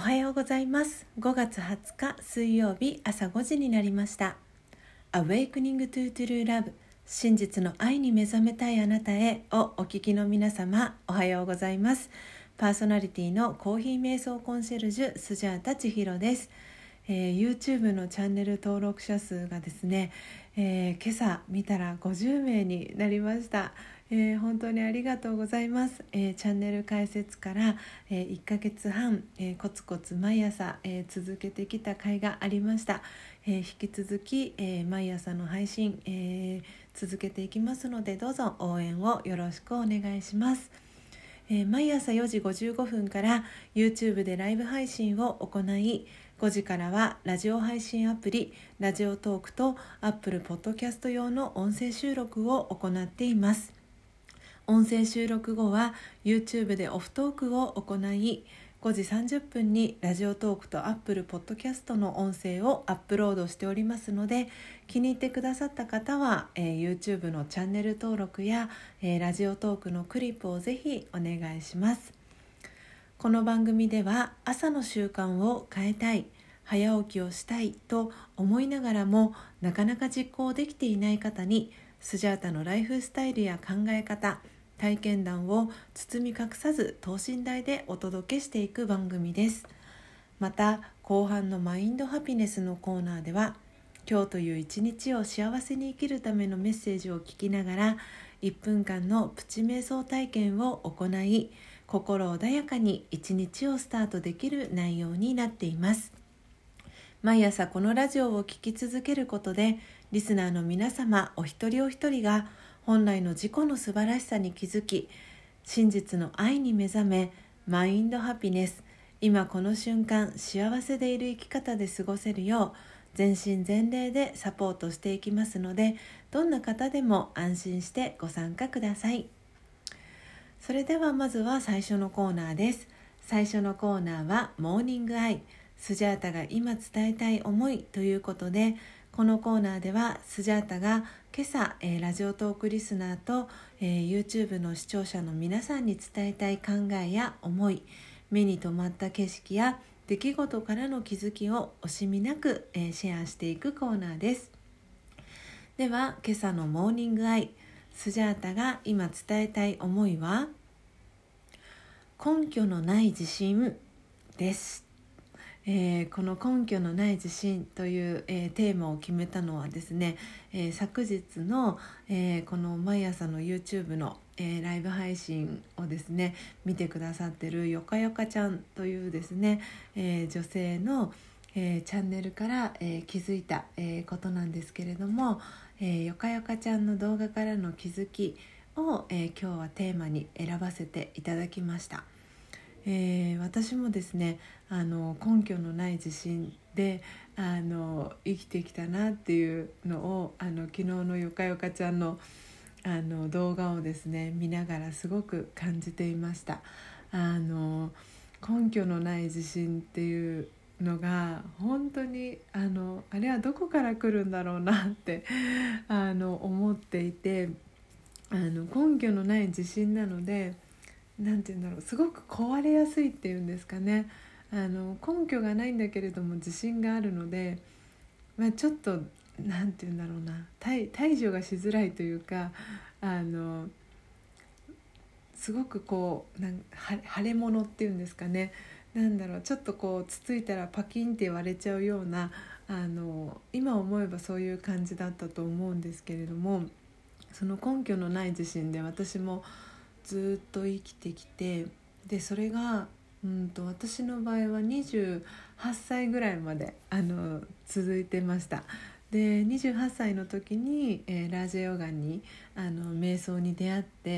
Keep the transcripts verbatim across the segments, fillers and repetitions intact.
はようございます。ごがつはつか水曜日朝ごじになりました。 Awakening to True Love 真実の愛に目覚めたいあなたへをお聞きの皆様、おはようございます。パーソナリティのコーヒー瞑想コンシェルジュスジャータ千尋です。えー、YouTube のチャンネル登録者数がですね、えー、今朝見たらごじゅうめいになりました。えー、本当にありがとうございます。えー、チャンネル開設から、えー、いっかげつはん、えー、コツコツ毎朝、えー、続けてきた甲斐がありました。えー、引き続き、えー、毎朝の配信、えー、続けていきますので、どうぞ応援をよろしくお願いします。えー、毎朝よじごじゅうごふんから YouTube でライブ配信を行い、ごじからはラジオ配信アプリラジオトークと Apple Podcast 用の音声収録を行っています。音声収録後は YouTube でオフトークを行い、ごじさんじゅっぷんにラジオトークと Apple Podcast の音声をアップロードしておりますので、気に入ってくださった方は、えー、YouTube のチャンネル登録や、えー、ラジオトークのクリップをぜひお願いします。この番組では朝の習慣を変えたい、早起きをしたいと思いながらもなかなか実行できていない方に、スジャータのライフスタイルや考え方、体験談を包み隠さず等身大でお届けしていく番組です。また後半のマインドハピネスのコーナーでは、今日という一日を幸せに生きるためのメッセージを聞きながらいっぷんかんのプチ瞑想体験を行い、心穏やかに一日をスタートできる内容になっています。毎朝このラジオを聞き続けることで、リスナーの皆様お一人お一人が本来の自己の素晴らしさに気づき、真実の愛に目覚め、マインドハピネス、今この瞬間幸せでいる生き方で過ごせるよう全身全霊でサポートしていきますので、どんな方でも安心してご参加ください。それではまずは最初のコーナーです。最初のコーナーはモーニングアイ、スジャータが今伝えたい思いということで、このコーナーではスジャータが今朝、えー、ラジオトークリスナーと、えー、YouTube の視聴者の皆さんに伝えたい考えや思い、目に留まった景色や出来事からの気づきを惜しみなく、えー、シェアしていくコーナーです。では今朝のモーニングアイ、スジャータが今伝えたい思いは、根拠のない自信です。えー、この根拠のない自信という、えー、テーマを決めたのはですね、えー、昨日の、えー、この毎朝の YouTube の、えー、ライブ配信をですね見てくださってるよかよかちゃんというですね、えー、女性の、えー、チャンネルから、えー、気づいた、えー、ことなんですけれども、えー、よかよかちゃんの動画からの気づきを、えー、今日はテーマに選ばせていただきました。えー、私もですね、あの根拠のない自信であの生きてきたなっていうのを、あの昨日のよかよかちゃんのあの動画をですね見ながらすごく感じていました。あの根拠のない自信っていうのが本当にあのあれはどこから来るんだろうなってあの思っていて、あの根拠のない自信なので、なんていうんだろう、すごく壊れやすいっていうんですかね。あの根拠がないんだけれども自信があるので、まあ、ちょっとなんていうんだろうな、対対処がしづらいというか、あのすごくこうなん腫れ物っていうんですかね、なんだろう、ちょっとこうつついたらパキンって割れちゃうような、あの今思えばそういう感じだったと思うんですけれども、その根拠のない自信で私もずっと生きてきて、でそれがうんと私の場合はにじゅうはっさいぐらいまであの続いてました。でにじゅうはっさいの時に、えー、ラージェヨガにあの瞑想に出会って、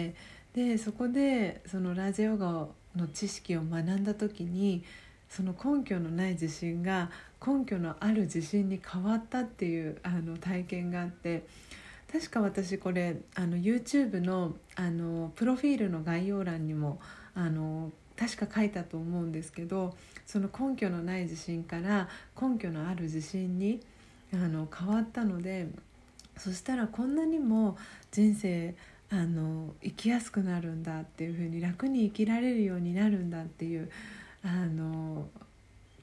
でそこでそのラージェヨガの知識を学んだ時に、その根拠のない自信が根拠のある自信に変わったっていうあの体験があって、確か私これあの YouTube の, あのプロフィールの概要欄にもあの確か書いたと思うんですけど、その根拠のない自信から根拠のある自信にあの変わったので、そしたらこんなにも人生あの生きやすくなるんだっていう風に、楽に生きられるようになるんだっていうあの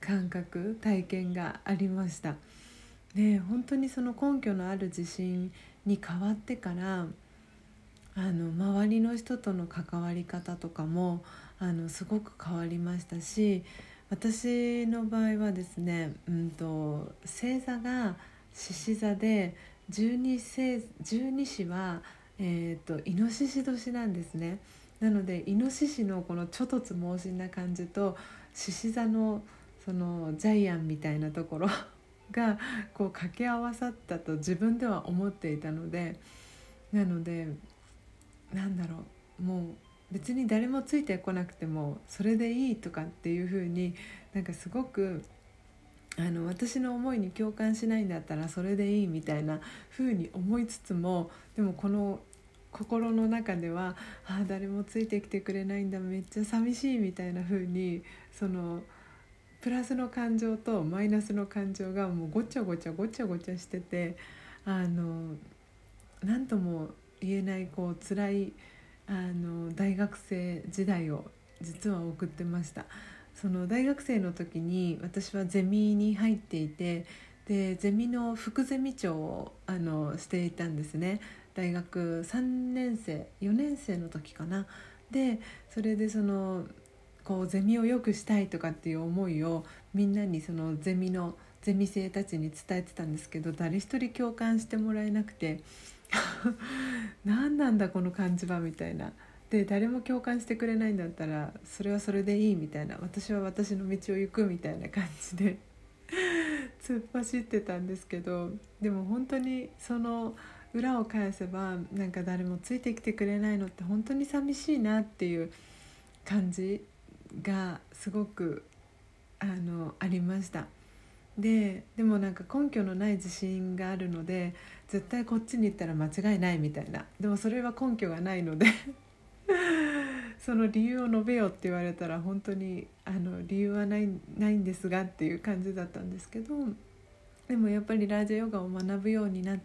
感覚体験がありました。で本当にその根拠のある自信に変わってからあの周りの人との関わり方とかもあのすごく変わりましたし、私の場合はですね、うんと星座が獅子座で十二星十二支は、えー、とイノシシ年なんですね。なのでイノシシのこのちょとつ猛進な感じと獅子座のそのジャイアンみたいなところがこう掛け合わさったと自分では思っていたので、なのでなんだろう、もう別に誰もついてこなくてもそれでいいとかっていう風になんかすごくあの私の思いに共感しないんだったらそれでいいみたいな風に思いつつも、でもこの心の中ではああ誰もついてきてくれないんだ、めっちゃ寂しいみたいな風にそのプラスの感情とマイナスの感情がもうごちゃごちゃごちゃごちゃしてて、あの何とも言えないこう辛いあの大学生時代を実は送ってました。その大学生の時に私はゼミに入っていて、でゼミの副ゼミ長をあのしていたんですね。大学さんねん生よねん生の時かな。でそれでそのこうゼミを良くしたいとかっていう思いをみんなにそのゼミのゼミ生たちに伝えてたんですけど、誰一人共感してもらえなくて何なんだこの感じはみたいな。で誰も共感してくれないんだったらそれはそれでいいみたいな、私は私の道を行くみたいな感じで突っ走ってたんですけど、でも本当にその裏を返せばなんか誰もついてきてくれないのって本当に寂しいなっていう感じがすごく あのありました。ででもなんか根拠のない自信があるので絶対こっちに行ったら間違いないみたいな、でもそれは根拠がないのでその理由を述べよって言われたら本当にあの理由はない、ないんですがっていう感じだったんですけど、でもやっぱりラージャヨガを学ぶようになって、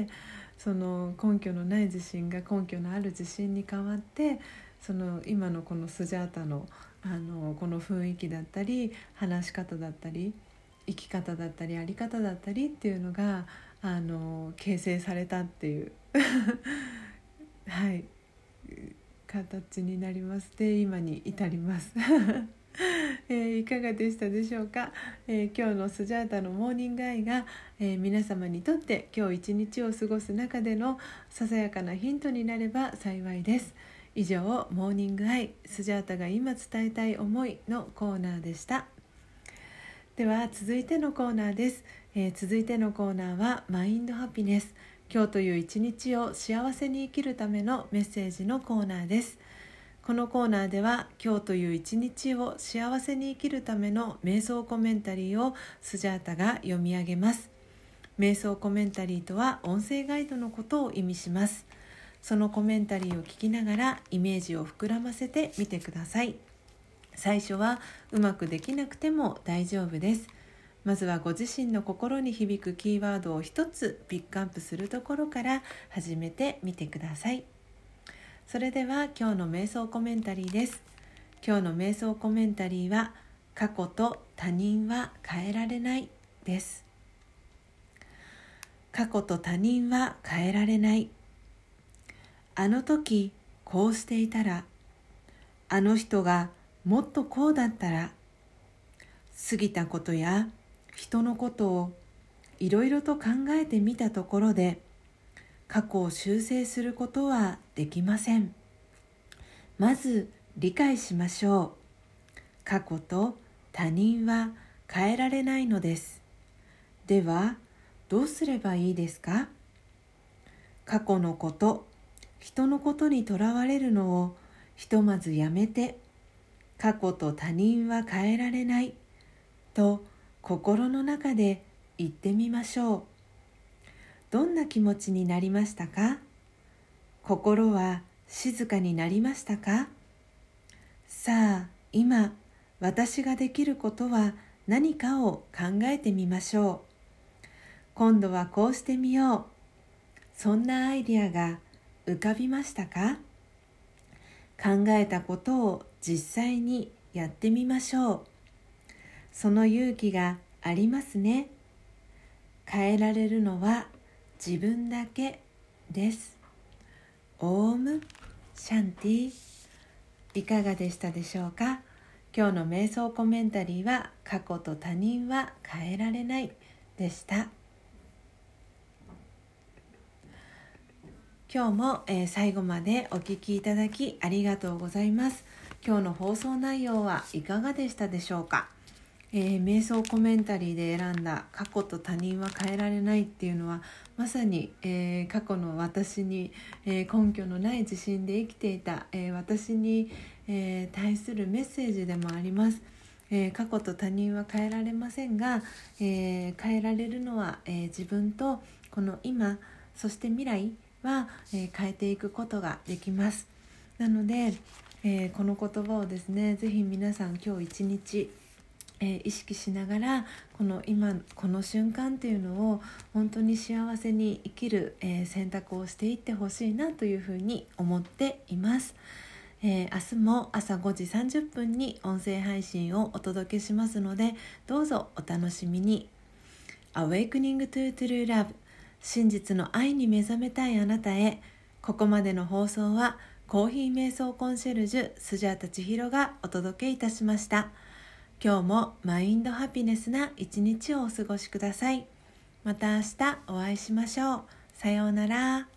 その根拠のない自信が根拠のある自信に変わって、その今のこのスジャータの、あのこの雰囲気だったり話し方だったり生き方だったりあり方だったりっていうのがあの形成されたっていうはい形になります。で今に至ります、えー、いかがでしたでしょうか。えー、今日のスジャータのモーニングアイが、えー、皆様にとって今日一日を過ごす中でのささやかなヒントになれば幸いです。以上モーニングアイスジャータが今伝えたい思いのコーナーでした。では続いてのコーナーです。えー、続いてのコーナーはマインドハピネス。今日という一日を幸せに生きるためのメッセージのコーナーです。このコーナーでは今日という一日を幸せに生きるための瞑想コメンタリーをスジャータが読み上げます。瞑想コメンタリーとは音声ガイドのことを意味します。そのコメンタリーを聞きながらイメージを膨らませてみてください。最初はうまくできなくても大丈夫です。まずはご自身の心に響くキーワードを一つピックアップするところから始めてみてください。それでは今日の瞑想コメンタリーです。今日の瞑想コメンタリーは過去と他人は変えられないです。過去と他人は変えられない。あの時こうしていたら、あの人がもっとこうだったら、過ぎたことや人のことをいろいろと考えてみたところで過去を修正することはできません。まず理解しましょう。過去と他人は変えられないのです。ではどうすればいいですか？過去のこと、人のことにとらわれるのをひとまずやめて、過去と他人は変えられないと心の中で言ってみましょう。どんな気持ちになりましたか？心は静かになりましたか？さあ、今私ができることは何かを考えてみましょう。今度はこうしてみよう。そんなアイデアが浮かびましたか？考えたことを実際にやってみましょう。 その勇気がありますね。変えられるのは自分だけです。オームシャンティ。いかがでしたでしょうか。今日の瞑想コメンタリーは、過去と他人は変えられないでした。今日も、えー、最後までお聞きいただきありがとうございます。今日の放送内容はいかがでしたでしょうか。えー、瞑想コメンタリーで選んだ過去と他人は変えられないっていうのは、まさに、えー、過去の私に、えー、根拠のない自信で生きていた、えー、私に、えー、対するメッセージでもあります。えー、過去と他人は変えられませんが、えー、変えられるのは、えー、自分とこの今、そして未来は、えー、変えていくことができます。なので、えー、この言葉をですね、ぜひ皆さん今日一日、えー、意識しながら、この今この瞬間っていうのを本当に幸せに生きる、えー、選択をしていってほしいなというふうに思っています。えー、明日も朝ごじさんじゅっぷんに音声配信をお届けしますので、どうぞお楽しみに。 Awakening to True Love、 真実の愛に目覚めたいあなたへ。ここまでの放送はコーヒー瞑想コンシェルジュスジャータ千尋がお届けいたしました。今日もマインドハピネスな一日をお過ごしください。また明日お会いしましょう。さようなら。